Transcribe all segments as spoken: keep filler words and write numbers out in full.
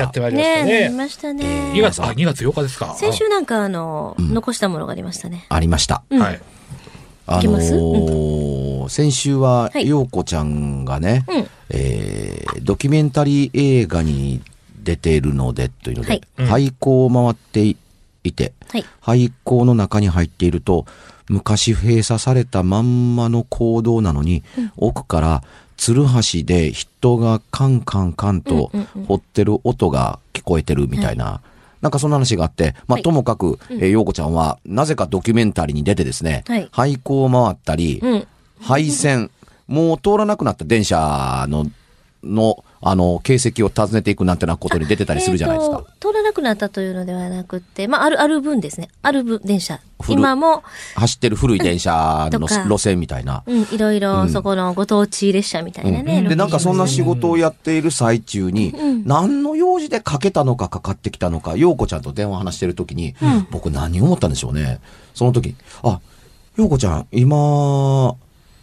やってまいりましたね。 ね、なりましたね。 にがつ、あ、にがつようかですか。 先週なんかあの、 うん、 残したものがありましたね。 ありました。 うん、 はい。 あのーうん、先週は、陽子ちゃんがね、はい、えー、ドキュメンタリー映画に出ているので、というので、はい、廃校を回っていて、はい、廃校の中に入っていると、昔閉鎖されたまんまの坑道なのに、うん、奥からツルハシで人がカンカンカンと掘ってる音が聞こえてるみたいな、うんうんうん、なんかそんな話があって、まあ、はい、ともかく、えー、陽子ちゃんは、なぜかドキュメンタリーに出てですね、はい、廃校を回ったり、うん、廃線、もう通らなくなった電車の、の、あの、形跡を訪ねていくなんてなことに出てたりするじゃないですか。 えー、通らなくなったというのではなくて、まあ、ある、ある分ですね。ある分、電車。今も。 走ってる古い電車の路線みたいな。 うん、いろいろ、そこのご当地列車みたいなね。 うん、で、なんかそんな仕事をやっている最中に、うん、何の用事でかけたのかかかってきたのか、陽子ちゃんと電話話してるときに、うん、僕何を思ったんでしょうね。その時に、あ、陽子ちゃん、今、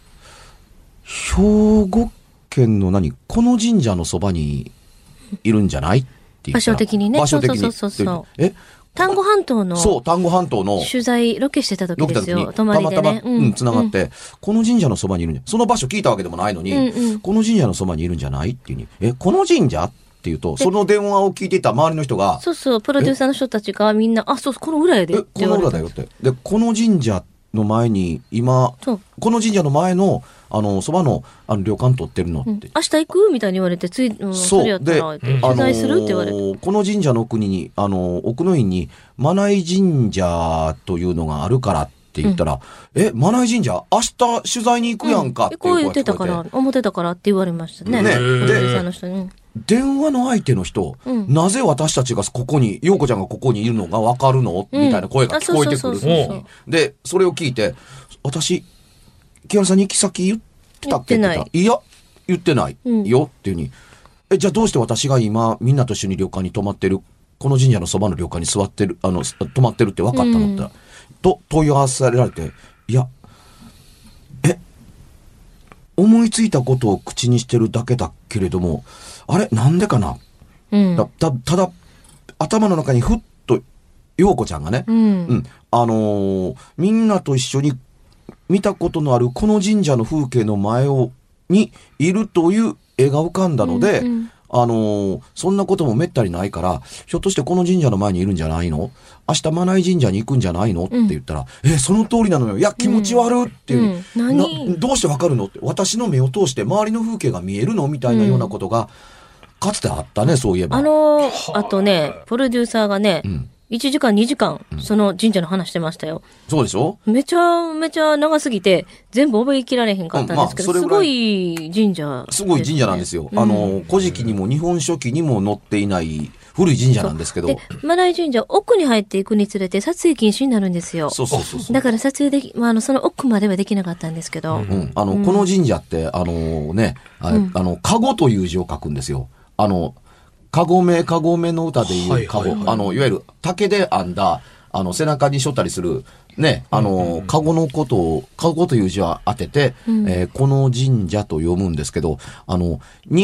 兵庫県の何この神社のそばにいるんじゃないっていう場所的にね。 場所的に。 そうそうそうそう。 え丹後半島の。 そう、丹後半島の。 取材、ロケしてた時ですよ。泊まりでね。 たまたま、うん、繋がって、うん、この神社のそばにいるんじゃ、その場所聞いたわけでもないのに、うんうん、この神社のそばにいるんじゃないっていうに、え、この神社っていうと、その電話を聞いていた周りの人が。 そうそう、プロデューサーの人たちがみんな、あ、そう、この裏やで。 え、この裏だよって。で、この神社の前に、今、この神社の前の、あの、そばの、あの、旅館取ってるのって。うん、 明日行くみたいに言われて、つい、うん、 そう。 それやったら、取材するって言われて、あのー。この神社の奥に、あの、奥の院に、マナイ神社というのがあるからって言ったら、うん、え、マナイ神社明日取材に行くやんかっていう声が聞こえて、うん、 こう言ってたから、思ってたからって言われましたね。 ね。 プロデューサーの人に。 電話の相手の人、うん、なぜ私たちがここに、陽子ちゃんがここにいるのがわかるの、うん、みたいな声が聞こえてくる。で、それを聞いて、私、木原さんに行き先言ってたっけって言ったら、いや、言ってない、うん、よっていうに、え、じゃあどうして私が今、みんなと一緒に旅館に泊まってる、この神社のそばの旅館に座ってる、あの、泊まってるって分かったのって、うん、と問い合わせられて、いや、え、思いついたことを口にしてるだけだけれども、あれなんでかな、うん、だたただ頭の中にふっと陽子ちゃんがね、うんうん、あのー、みんなと一緒に見たことのあるこの神社の風景の前をにいるという絵が浮かんだので、うんうん、あのー、そんなこともめったにないからひょっとしてこの神社の前にいるんじゃないの、明日マナイ神社に行くんじゃないの、うん、って言ったら、えー、その通りなのよ、いや気持ち悪っていう、うんうん、などうしてわかるのって、私の目を通して周りの風景が見えるのみたいなようなことが、うんかつてあったね、そういえば。 あのー、あとね、プロデューサーがね、うん、いちじかんにじかん、その神社の話してましたよ。 そうでしょ？ めちゃめちゃ長すぎて、全部覚えきられへんかったんですけど、うんまあ、すごい神社、ね。すごい神社なんですよ。うん、あの、古事記にも日本書紀にも載っていない古い神社なんですけど。 で、マナイ神社、奥に入っていくにつれて撮影禁止になるんですよ。 そうそうそうそう。 だから撮影でき、まあ、あの、その奥まではできなかったんですけど。 うん。あの、うん、この神社って、あのね、あ, うん、あの、かごという字を書くんですよ。あの、かごめ、かごめの歌でいうかご、はいはいはい、あの、いわゆる竹で編んだ、あの、背中にしょったりする、ね、あの、かごのことを、かごという字を当てて、うん、えー、この神社と読むんですけど、あの、日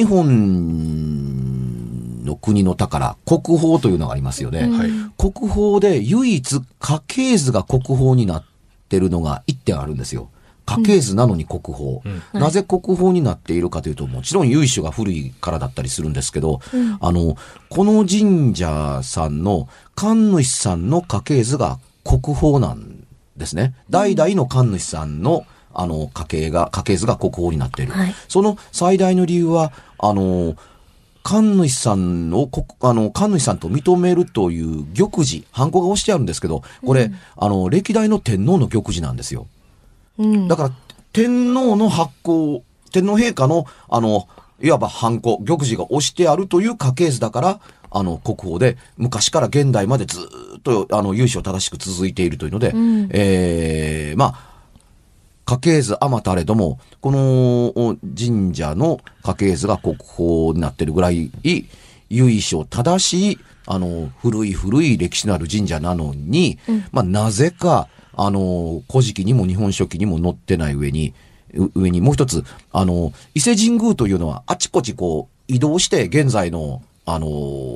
本の国の宝、国宝というのがありますよね。うん、国宝で唯一家系図が国宝になってるのが一点あるんですよ。家系図なのに国宝、うん、なぜ国宝になっているかというと、もちろん由緒が古いからだったりするんですけど、うん、あのこの神社さんの神主さんの家系図が国宝なんですね。代々の神主さんのあの家系が家系図が国宝になっている、はい、その最大の理由はあの神主さんをあの神主さんと認めるという玉璽、ハンコが押してあるんですけど、これ、うん、あの歴代の天皇の玉璽なんですよ。うん、だから天皇の発行、天皇陛下のあのいわばハンコ、玉璽が押してあるという家系図だから、あの国宝で昔から現代までずっとあの由緒正しく続いているというので、うん、えー、まあ家系図あまたれどもこの神社の家系図が国宝になっているぐらい由緒正しいあの古い古い歴史のある神社なのに、うん、まあなぜかあの古事記にも日本書紀にも載ってない上に上にもう一つあの伊勢神宮というのはあちこちこう移動して現在のあの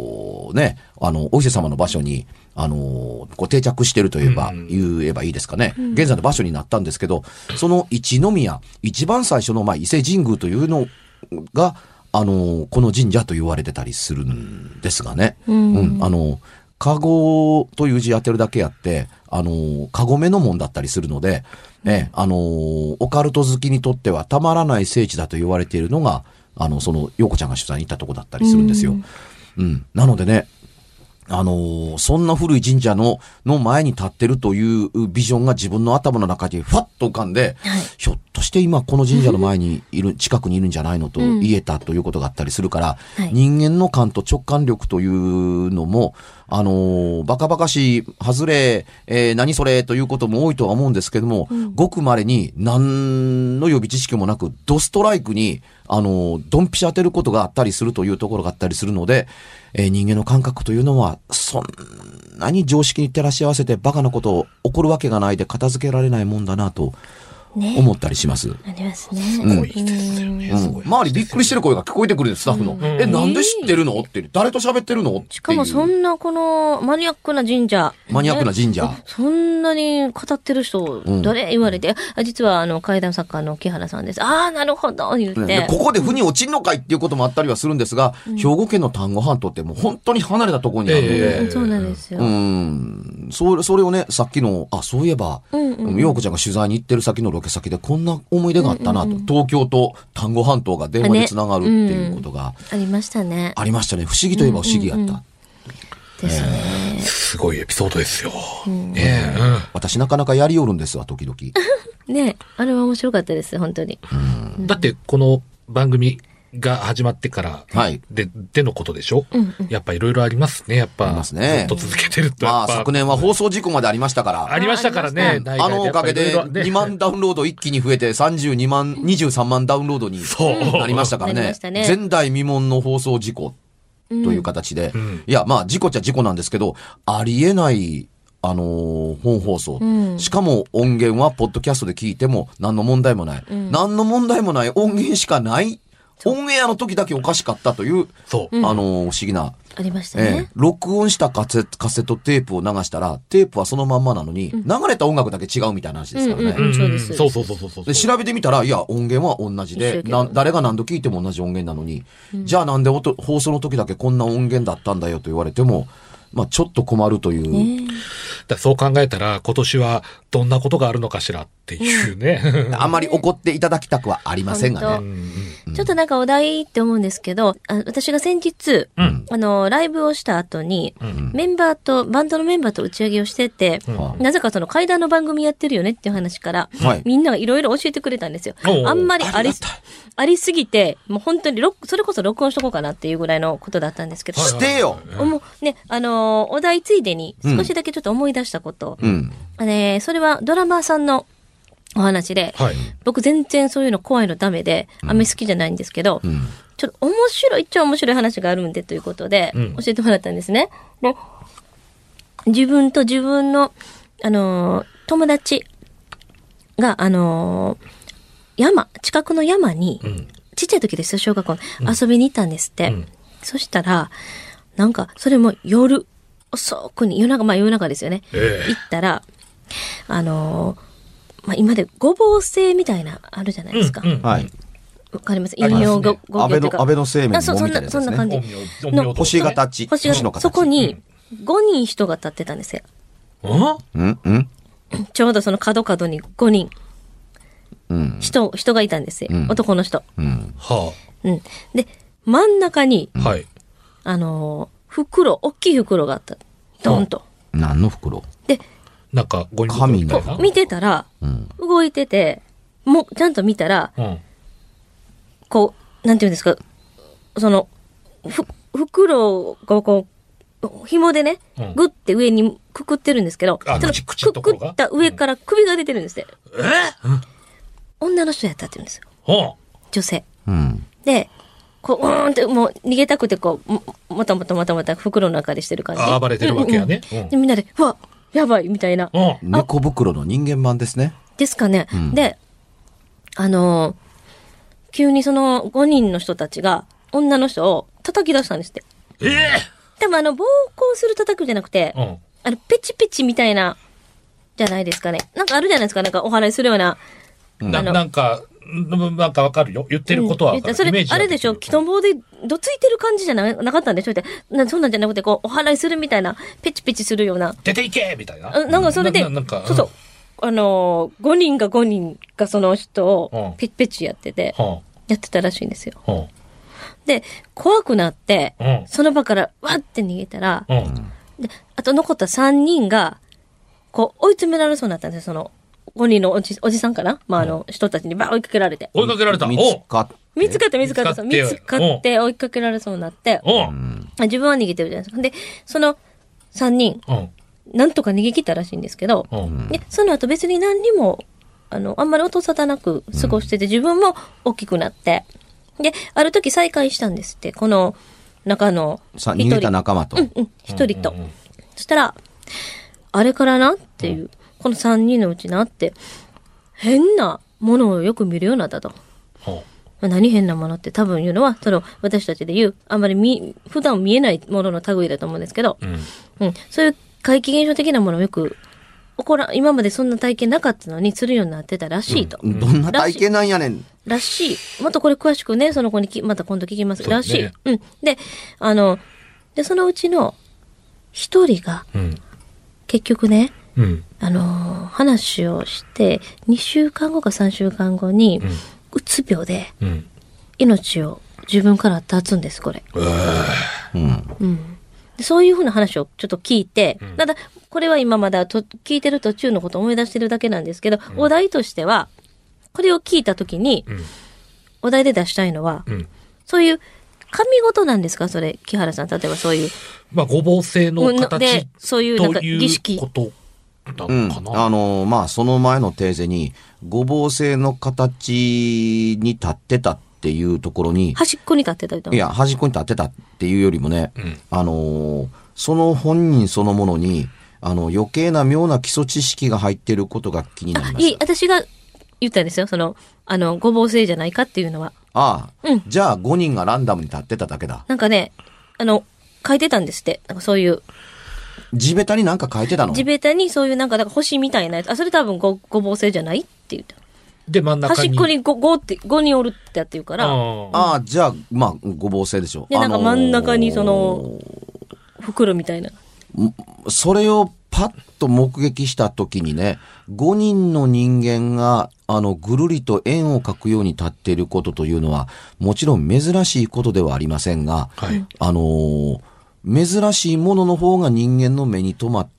こうね、あの、お伊勢様の場所に、あの、こう定着してると言えば、うん、言えばいいですかね、うん。現在の場所になったんですけど、その一宮、一番最初の、まあ、伊勢神宮というのが、あの、この神社と言われてたりするんですがね。うん。うん、あの、かごという字当てるだけやって、あの、かごめのもんだったりするので、ね、あの、オカルト好きにとってはたまらない聖地だと言われているのが、あの、その、陽子ちゃんが取材に行ったとこだったりするんですよ。うん。うん、なのでね、あのー、そんな古い神社の、の前に立ってるというビジョンが自分の頭の中にファッと浮かんで、はい、ひょっとして今この神社の前にいる、近くにいるんじゃないのと言えたということがあったりするから、うんはい、人間の感と直感力というのも、あのー、バカバカしい、外れ、えー、何それということも多いとは思うんですけども、うん、ごく稀に何の予備知識もなく、ドストライクに、あのー、ドンピシ当てることがあったりするというところがあったりするので、えー、人間の感覚というのは、そんなに常識に照らし合わせてバカなこと起こるわけがないで片付けられないもんだなと、思ったりします。 ね、ありますね。 すごいですよね。 うん、周りびっくりしてる声が聞こえてくるスタッフの。うん、え、なんで知ってるのって、誰と喋ってるのしかもそんなこのマニアックな神社。 マニアックな神社。 ね、そんなに語ってる人、誰言われて、うん、実はあの怪談作家の木原さんです。ああ、なるほど、言って、 ね。ここで腑に落ちんのかいっていうこともあったりはするんですが、うん、兵庫県の丹後半島ってもう本当に離れたところにあるので。 えー、そうなんですよ。 うん。それ、それをね、さっきの、あ、そういえば、うんうん、陽子ちゃんが取材に行ってる先のロケ先でこんな思い出があったなと、うんうんうん、東京と丹後半島が電話でつながるっていうことが、 ねうん、ありましたねありましたね。不思議といえば不思議やった、うんうんうん、 ですね、 えー、すごいエピソードですよ、 うんねうん、 私なかなかやりよるんですわ時々 ねあれは面白かったです本当に、 うん、だってこの番組が始まってから、 はい、 で、でのことでしょ、うんうん、やっぱいろいろありますね。やっぱ、 ありますね、 ずっと続けてるとやっぱ。 まあ昨年は放送事故までありましたから。 ありましたからね。 あ, あのおかげでにまんダウンロード一気に増えてさんじゅうにまん、にじゅうさんまんダウンロードになりましたからね。ね前代未聞の放送事故という形で。うん、いや、まあ事故っちゃ事故なんですけど、ありえない、あのー、本放送、うん。しかも音源はポッドキャストで聞いても何の問題もない。うん、何の問題もない音源しかない。オンエアの時だけおかしかったという、 そう。 あのー、不思議な。 ありましたね、 えー。録音したカセ、カセットテープを流したら、テープはそのまんまなのに、うん、流れた音楽だけ違うみたいな話ですからね。 うんうんうん、そうです。 そうそうそうそうそう。 で、調べてみたら、いや、音源は同じで、な誰が何度聞いても同じ音源なのに、うん、じゃあなんで音放送の時だけこんな音源だったんだよと言われても、まあちょっと困るという。 ね、 だそう考えたら、今年はどんなことがあるのかしらっていうね。 うん、あんまり怒っていただきたくはありませんがね。 うん、ちょっとなんかお題って思うんですけど、あ私が先日、うん、あの、ライブをした後に、うん、メンバーと、バンドのメンバーと打ち上げをしてて、うん、なぜかその怪談の番組やってるよねっていう話から、はい、みんながいろいろ教えてくれたんですよ。あんまりあり、ありすぎて、もう本当にロそれこそ録音しとこうかなっていうぐらいのことだったんですけど。 してよ、 もうね、あの、お題ついでに少しだけちょっと思い出したこと。うん、あれ、それはドラマーさんのお話で、はい、僕全然そういうの怖いのダメで、あんまり好きじゃないんですけど、うん、ちょっと面白いっちゃ面白い話があるんでということで、教えてもらったんですね。で、自分と自分の、あのー、友達が、あのー、山、近くの山に、うん、ちっちゃい時ですよ、小学校の、遊びに行ったんですって。うん、そしたら、なんか、それも夜、遅くに、夜中、まあ夜中ですよね。えー、行ったら、あのー、まあ今でごぼう星みたいな、あるじゃないですか。うんうん、はい。わかります。陰陽語語安倍の、安倍の生命のもみたいなやつですね。 そんな感じ。 の星形、 星の形。そこに、ごにん人が立ってたんですよ。 うんうんちょうどその角角にごにん。うん、人、人がいたんですよ。うん、男の人。うん。はあ。うん。で、真ん中に、はい。あのー、袋、大きい袋があった。ドンと。 何の袋？ で、 なんか、ゴミ袋みたいな。 見てたら、うん、動いてて、もう、ちゃんと見たら、うん、こう、なんていうんですか、その、ふ、袋がこう、紐でね、うん、グッて上にくくってるんですけど、 あ、 そのくくった上から首が出てるんですよ。 うん、え女の人やったって言うんですよ。 はあ、 女性。うん、で、こう、うーんってもう逃げたくてこう、も、もたもたもたもた袋の中でしてる感じ。 あ、暴れてるわけやね。 うんうん、で、みんなで、うわ、やばいみたいな。 猫袋の人間版ですね。 ですかね。うん、で、あのー、急にそのごにんの人たちが女の人を叩き出したんですって。 ええー、 多分あの、暴行する叩くじゃなくて、うん、あの、ペチペチみたいな、じゃないですかね。なんかあるじゃないですか。なんかお祓いするような。 ななんか、なんかわかるよ。言ってることはわかる。うん、 それ、あれでしょ、祈祷棒でどついてる感じじゃななかったんでしょって。なそんなんじゃなくて、こう、お祓いするみたいな、ペチペチするような。 出ていけみたいな。 なんかそれで、ななんかそうそう。あのー、ごにんがごにんがその人をペチペチやってて、うん、やってたらしいんですよ。うん、で、怖くなって、うん、その場からわって逃げたら、うん、で、あと残ったさんにんが、こう、追い詰められそうになったんですよ、その、ごにんのおじ、おじさんかなまあ、あの、人たちにば追いかけられて。 追いかけられた。 見つかって。 見つかって、見つかって、見つかって追いかけられそうになって、自分は逃げてるじゃないですか。で、そのさんにん、なんとか逃げ切ったらしいんですけど、で、その後別に何にも、あの、あんまり音沙汰なく過ごしてて、自分も大きくなって、で、ある時再会したんですって、この中のさ逃げた仲間と。 うんうん、一人と。そしたら、あれからなっていう、このさんにんのうちなって、変なものをよく見るようになったと。何変なものって多分言うのは、その私たちで言う、あんまり見、普段見えないものの類だと思うんですけど、うんうん、そういう怪奇現象的なものをよく、起こら、今までそんな体験なかったのにするようになってたらしいと。 うん、どんな体験なんやねん。 らしい。もっとこれ詳しくね、その子にき、また今度聞きます。らしい。うん。で、あの、で、そのうちの一人が、うん、結局ね、うん、あのー、話をして、にしゅうかんごかさんしゅうかんごに、うん、うつ病で、命を自分から絶つんです、これ。うんうん、でそういうふうな話をちょっと聞いて、うん、ただ、これは今まだと聞いてる途中のことを思い出してるだけなんですけど、うん、お題としては、これを聞いたときに、うん、お題で出したいのは、うん、そういう、神事なんですかそれ、木原さん。例えばそういう。 まあ、ごぼう星の形で、 そういうなんか儀式。 ことなのかな、うん、あの、まあ、その前のテーゼに、ごぼう星の形に立ってたっていうところに。 端っこに立ってたいや、端っこに立ってたっていうよりもね、うん、あの、その本人そのものに、あの、余計な妙な基礎知識が入っていることが気になります。 いい、私が言ったんですよ。その、あの、ごぼう星じゃないかっていうのは。 ああ、うん、じゃあごにんがランダムに立ってただけだ。 なんかね、あの、書いてたんですって。なんかそういう。 地べたになんか書いてたの？ 地べたにそういうなんか、なんか星みたいなやつ。あ、それ多分ご、ごぼう星じゃないって言った。 で、真ん中に。 端っこに 5, 5って、ごにんおるってやって言うから。ああ、じゃあ、まあ、ごぼう星でしょ。 で、なんか真ん中にその、袋みたいな。 それをパッと目撃した時にね、ごにんの人間が、あの、ぐるりと円を描くように立っていることというのは、もちろん珍しいことではありませんが、はい、あのー、珍しいものの方が人間の目に留まって、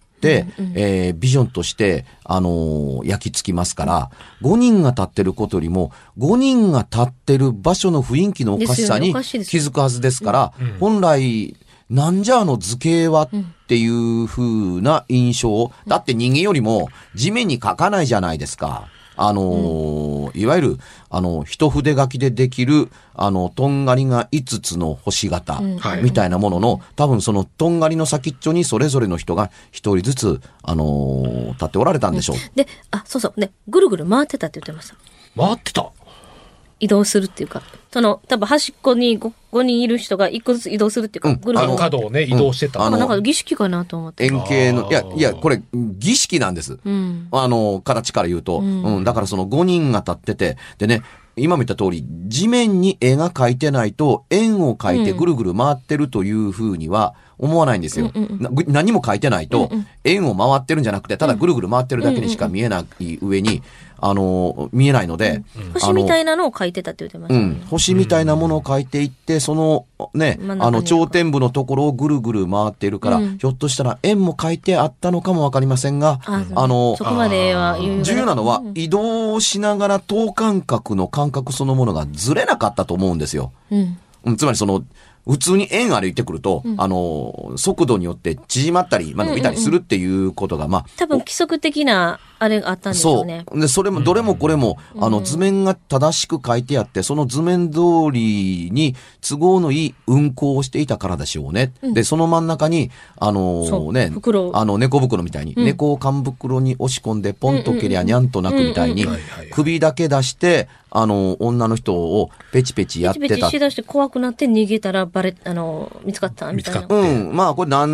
うんうん、えー、ビジョンとして、あのー、焼き付きますから、ごにんが立ってることよりも、ごにんが立ってる場所の雰囲気のおかしさに気づくはずですから、うんうん、本来、なんじゃあの図形はっていう風な印象を、だって人間よりも地面に書かないじゃないですか。あのーうん、いわゆる、あの、一筆書きでできる、あの、とんがりがいつつの星型みたいなものの、うん、多分そのとんがりの先っちょにそれぞれの人が一人ずつ、あのー、立っておられたんでしょう。うん、 で、あ、そうそう。で、ぐるぐる回ってたって言ってました。 回ってた移動するっていうか、その、多分端っこに 5, ごにんいる人がいっこずつ移動するっていうか、うん、 ぐるぐる。角をね、移動してた。 うん、なんか儀式かなと思って。 円形の、いや、いや、これ、儀式なんです。うん、あの、形から言うと、うん、うん。だからそのごにんが立ってて、でね、今も言った通り、地面に絵が描いてないと、円を描いてぐるぐる回ってるというふうには思わないんですよ。うんうんうん、何も描いてないと、円を回ってるんじゃなくて、ただぐるぐる回ってるだけにしか見えない上に、あの、見えないので、 うん、星みたいなのを描いてたって言ってましたね。うん。 星みたいなものを描いていって、そのね、あの、頂点部のところをぐるぐる回っているから、うん、ひょっとしたら円も描いてあったのかもわかりませんが、 あ, あの、そこまでは言う重要なのは、移動しながら等間隔の感覚そのものがずれなかったと思うんですよ。うん。つまりその、普通に円歩いてくると、うん、あの、速度によって縮まったり、まあ、伸びたりするっていうことが、まあ。 多分規則的な、 あれがあったんでしょうね。 そう。で、それも、どれもこれも、うん、あの、図面が正しく書いてあって、その図面通りに都合のいい運行をしていたからでしょうね。うん、で、その真ん中に、あのー、ね、あの、猫袋みたいに、うん、猫を缶袋に押し込んで、ポンと蹴りゃにゃんとなくみたいに、首だけ出して、あの、女の人をペチペチやってた。 ペチペチしだして怖くなって逃げたらバレ、あの、見つかったみたいな。 見つかって。うん。まあ、これなん、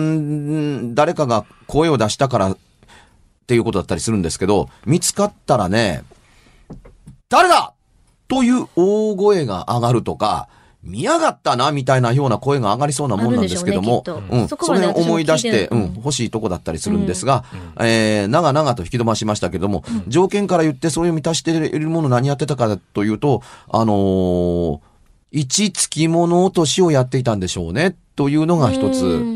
誰かが声を出したからっていうことだったりするんですけど、見つかったらね、誰だという大声が上がるとか、見やがったなみたいなような声が上がりそうなもんなんですけども、うん、そこら辺思い出して、うん、欲しいとこだったりするんですが、うん、えー、長々と引き伸ばしましたけども、うん、条件から言ってそれを満たしているもの何やってたかというと、あのー、一付物落としをやっていたんでしょうね、というのが一つ。うん、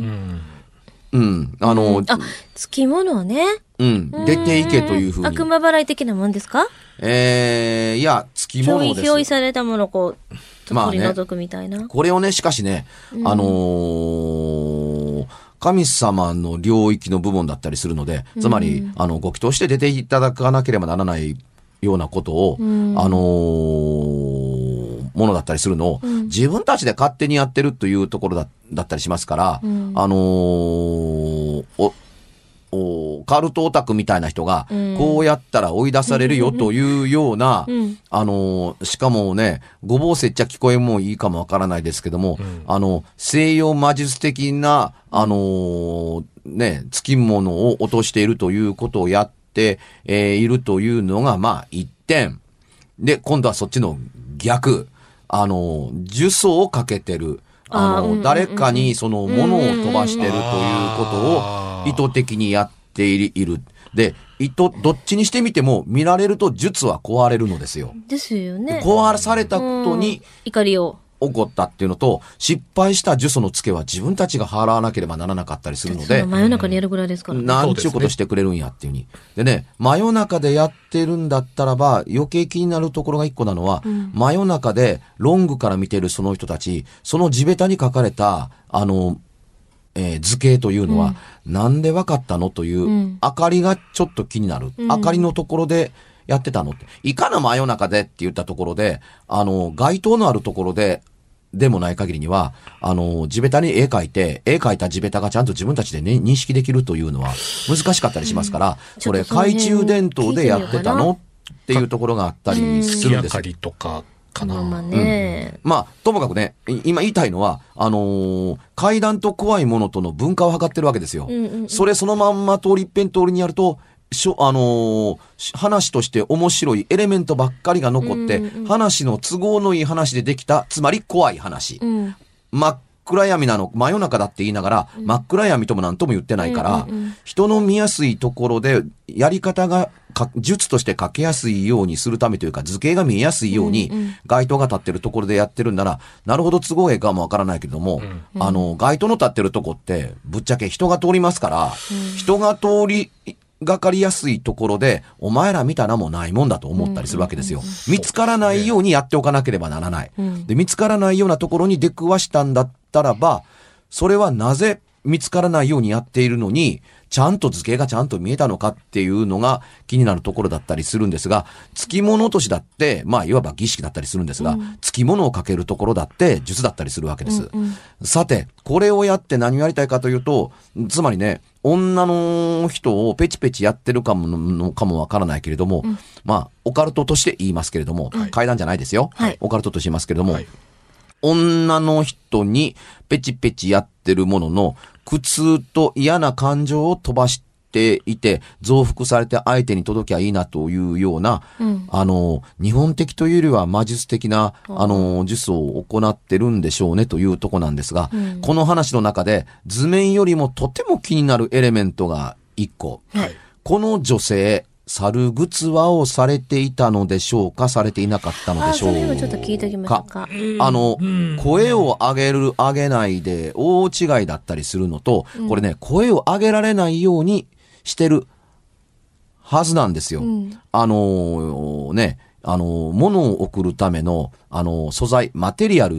うん、あのー、 あ、付物ね。 うん、出ていけというふうに。 悪魔払い的なもんですか？ えー、いや、付物です。 表意されたものをこう、取り除くみたいな、 まあね。これをね、しかしね、うん、あのー、神様の領域の部分だったりするので、つまり、うん、あの、ご祈祷して出ていただかなければならないようなことを、うん、あのー、ものだったりするのを、うん、自分たちで勝手にやってるというところだ、だったりしますから、うん、あのー、お、カルトオタクみたいな人が、こうやったら追い出されるよというような、うん、あの、しかもね、ごぼう接着聞こえもいいかもわからないですけども、うん、あの、西洋魔術的な、あの、ね、付き物を落としているということをやって、えー、いるというのが、まあ、一点。で、今度はそっちの逆。あの、呪詛をかけてる。あの、誰かにその物を飛ばしてるということを、意図的にやっている。で、意図、どっちにしてみても見られると術は壊れるのですよ。 ですよね。 壊されたことに怒りを起こったっていうのと、失敗した呪詛のツケは自分たちが払わなければならなかったりするので、 真夜中にやるぐらいですからね。 なんちゅうことしてくれるんやっていうに。でね、真夜中でやってるんだったらば、余計気になるところが一個なのは、うん、真夜中でロングから見てるその人たち、その地べたに書かれた、あの、えー、図形というのは、うん、なんで分かったのという、うん、明かりがちょっと気になる。うん、明かりのところでやってたのって。いかな真夜中でって言ったところで、あの、街灯のあるところで、でもない限りには、あの、地べたに絵描いて、絵描いた地べたがちゃんと自分たちで、ね、認識できるというのは難しかったりしますから、うん、それ懐中電灯でやってたのっていうところがあったりするんです。 明かりとか。かな。 まあね、 うん、まあ、ともかくね、今言いたいのは、あのー、怪談と怖いものとの分化を図ってるわけですよ。うんうんうん、それそのまんま通り一遍通りにやると、しょ、あのー、話として面白いエレメントばっかりが残って、うんうん、話の都合のいい話でできた、つまり怖い話。うん、真っ暗闇なの、真夜中だって言いながら、うん、真っ暗闇とも何とも言ってないから、うんうんうん、人の見やすいところで、やり方が、術として書けやすいようにするためというか、図形が見えやすいように、うんうん、街灯が立ってるところでやってるんなら、なるほど都合ええかもわからないけれども、うん、あの、街灯の立ってるとこって、ぶっちゃけ人が通りますから、うん、人が通り、がかりやすいところで、お前ら見たなもないもんだと思ったりするわけですよ。見つからないようにやっておかなければならない。で、見つからないようなところに出くわしたんだったらば、それはなぜ見つからないようにやっているのに、ちゃんと図形がちゃんと見えたのかっていうのが気になるところだったりするんですが、付物落としだって、まあ、いわば儀式だったりするんですが、うん、付物をかけるところだって術だったりするわけです。うんうん、さて、これをやって何をやりたいかというと、つまりね、女の人をペチペチやってるかものかもわからないけれども、うん、まあ、オカルトとして言いますけれども、はい、怪談じゃないですよ。はい、オカルトとして言いますけれども、はい、女の人にペチペチやってるものの苦痛と嫌な感情を飛ばしていて増幅されて相手に届きゃいいなというような、うん、あの日本的というよりは魔術的なあの術を行ってるんでしょうねというとこなんですが、うん、この話の中で図面よりもとても気になるエレメントが一個、はい、この女性猿ぐつわをされていたのでしょうか、されていなかったのでしょうか。 あ、それもちょっと聞いておきましょうか。 あの、うん、声を上げる、上げないで大違いだったりするのと、うん、これね、声を上げられないようにしてるはずなんですよ。うん、あのね、あの、物を送るための、あの、素材、マテリアルで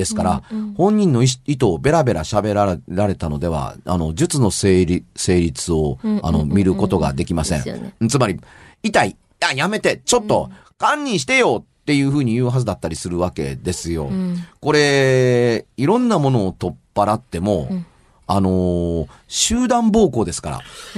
ですから、うんうん、本人の意図をベラベラ喋られたのでは、あの、術の成立、成立を、あの、見ることができません。ね、つまり、痛い、あ、やめて、ちょっと、堪忍してよっていうふうに言うはずだったりするわけですよ。うん、これ、いろんなものを取っ払っても、うん、あのー、集団暴行ですから。 うん。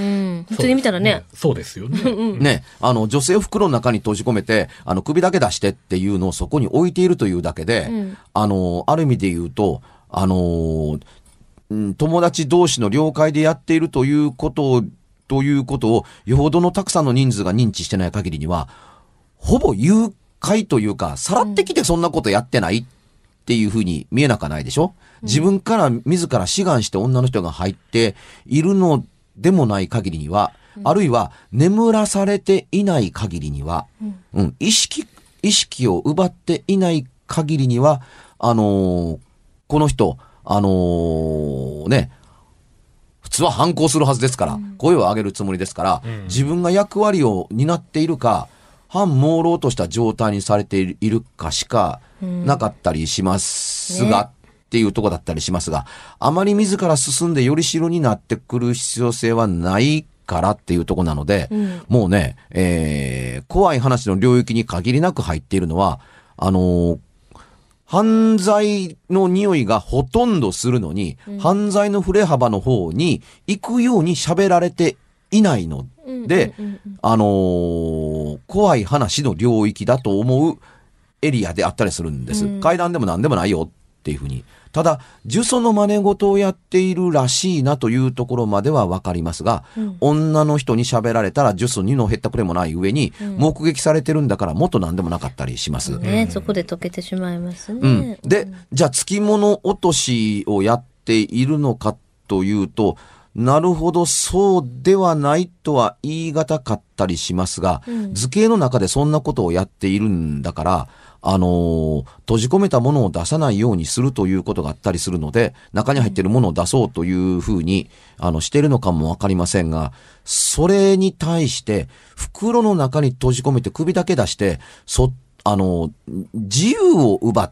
普通に見たらね。 そうですよね。 ね。あの、女性を袋の中に閉じ込めて、あの、首だけ出してっていうのをそこに置いているというだけで、うん、あのー、ある意味で言うと、あのーうん、友達同士の了解でやっているということを、ということを、よほどのたくさんの人数が認知してない限りには、ほぼ誘拐というか、さらってきてそんなことやってないっていうふうに見えなくはないでしょ？自分から自ら志願して女の人が入っているのでもない限りには、うん、あるいは眠らされていない限りには、うん、うん、意識、意識を奪っていない限りには、あのー、この人、あのー、ね、普通は反抗するはずですから、うん、声を上げるつもりですから、うん、自分が役割を担っているか、反朦朧とした状態にされているかしかなかったりしますが、うんね、っていうところだったりしますが、あまり自ら進んでより代になってくる必要性はないからっていうところなので、うん、もうね、えー、怖い話の領域に限りなく入っているのは、あのー、犯罪の匂いがほとんどするのに、うん、犯罪の振れ幅の方に行くように喋られていないので、うんうんうんうん、あのー、怖い話の領域だと思うエリアであったりするんです。うん、階段でも何でもないよっていうふうに。ただ、呪詛の真似事をやっているらしいなというところまではわかりますが、うん、女の人に喋られたら呪詛にのへったくれもない上に、うん、目撃されてるんだからもっと何でもなかったりします。 ね、そこで溶けてしまいますね。 うん、で、じゃあ、つきもの落としをやっているのかというと、なるほど、そうではないとは言い難かったりしますが、うん、図形の中でそんなことをやっているんだから、あのー、閉じ込めたものを出さないようにするということがあったりするので、中に入っているものを出そうというふうに、あの、しているのかもわかりませんが、それに対して、袋の中に閉じ込めて首だけ出して、そ、あの、自由を奪って、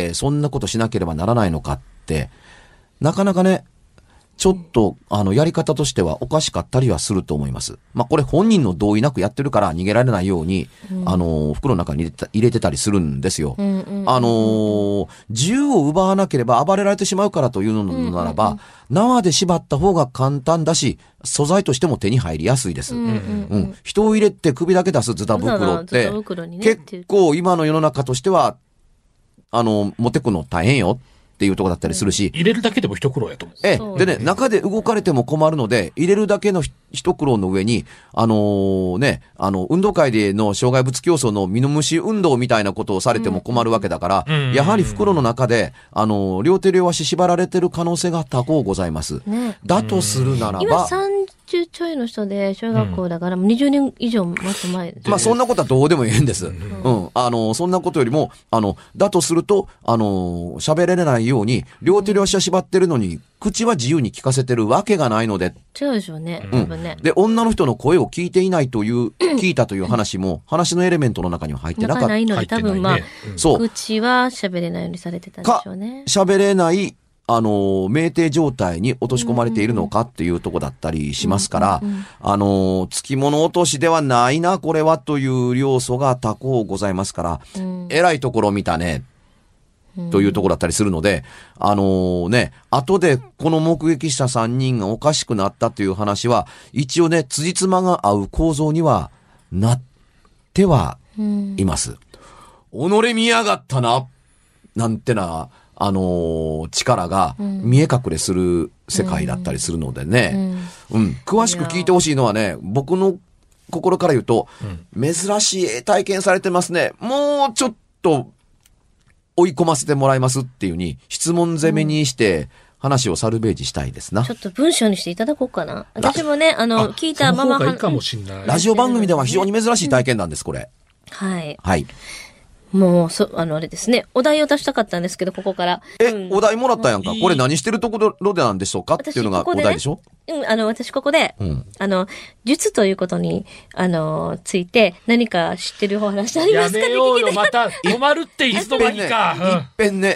そんなことしなければならないのかって、なかなかね、ちょっと、あの、やり方としてはおかしかったりはすると思います。まあ、これ本人の同意なくやってるから逃げられないように、うん、あの、袋の中に入れた、入れてたりするんですよ。うんうんうんうん、あの、自由を奪わなければ暴れられてしまうからというのならば、うんうんうん、縄で縛った方が簡単だし、素材としても手に入りやすいです。うんうんうんうん、人を入れて首だけ出すズタ袋って、ね、結構今の世の中としては、あの、持ってくの大変よ。っていうところだったりするし、 うん、入れるだけでも一苦労やと思う。 ええ、でね、中で動かれても困るので、入れるだけの一苦労の上に、あのー、ね、あの、運動会での障害物競争のミノムシ運動みたいなことをされても困るわけだから、うん、やはり袋の中で、あのー、両手両足縛られてる可能性が多々ございます。ね、だとするならば、 今さんじゅうちょいの人で小学校だから、もうにじゅうねん以上もっと前です。 まあそんなことはどうでもいいんです。うん。うん、あの、そんなことよりも、あの、だとすると、あの、喋れないように、両手両足は縛ってるのに、口は自由に聞かせてるわけがないので。 違うでしょうね。多分ね。 で、女の人の声を聞いていないという、聞いたという話も、話のエレメントの中には入ってなかった。 ないので、多分まあ、 そう。 口は喋れないようにされてたんでしょうね。 喋れない、あの、酩酊状態に落とし込まれているのかっていうとこだったりしますから、うんうんうん、あの、つきもの落としではないな、これはという要素が多項ございますから、うん、偉いところ見たね、というところだったりするので、あのー、ね、後でこの目撃者さんにんがおかしくなったという話は、一応ね、辻褄が合う構造にはなってはいます。うん、己見やがったな、なんてな、あのー、力が見え隠れする世界だったりするのでね、うん。うん、詳しく聞いてほしいのはね、僕の心から言うと、うん、珍しい体験されてますね。もうちょっと追い込ませてもらいますっていう風に質問攻めにして話をサルベージしたいですな。 ちょっと文章にしていただこうかな。私もね、あの、あ聞いたままいいかもしんない。 ラジオ番組では非常に珍しい体験なんです、これ。 はい。 はい。 もう、そ、あの、あれですね。お題を出したかったんですけど、ここから。 え、うん、お題もらったやんか。これ何してるところでなんでしょうかっていうのがお題でしょ？ うん、あの、私ここで、うん、あの、術ということに、あの、ついて、何か知ってるお話ありますかね？ やめようよ、また、止まるっていつの間にか。 いっぺんね、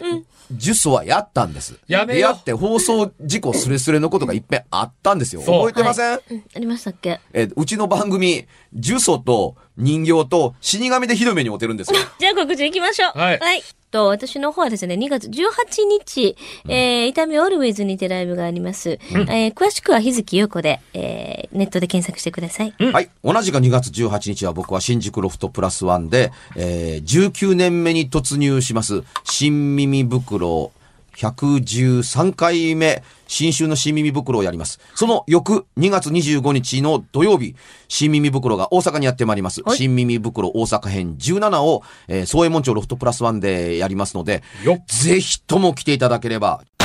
呪詛はやったんです。 やめよ。 やって放送事故スレスレのことがいっぺんあったんですよ。覚えてません、はい、 うん、ありましたっけ？ えー、うちの番組、呪詛と人形と死神でひどめにおてるんですよ。 じゃあ告知行きましょう。はい。はい。と、私の方はですね、にがつじゅうはちにち、うん、えー、伊丹オルウェイズにてライブがあります。うん、えー、詳しくは日月優子で、えー、ネットで検索してください。 うん、はい。同じくにがつじゅうはちにちは僕は新宿ロフトプラスワンで、えー、じゅうきゅうねんめに突入します、新耳袋ひゃくじゅうさんかいめ、新春の新耳袋をやります。その翌にがつにじゅうごにちの土曜日、新耳袋が大阪にやってまいります。新耳袋大阪編じゅうななを、えー、総右衛門町ロフトプラスワンでやりますので、ぜひとも来ていただければ。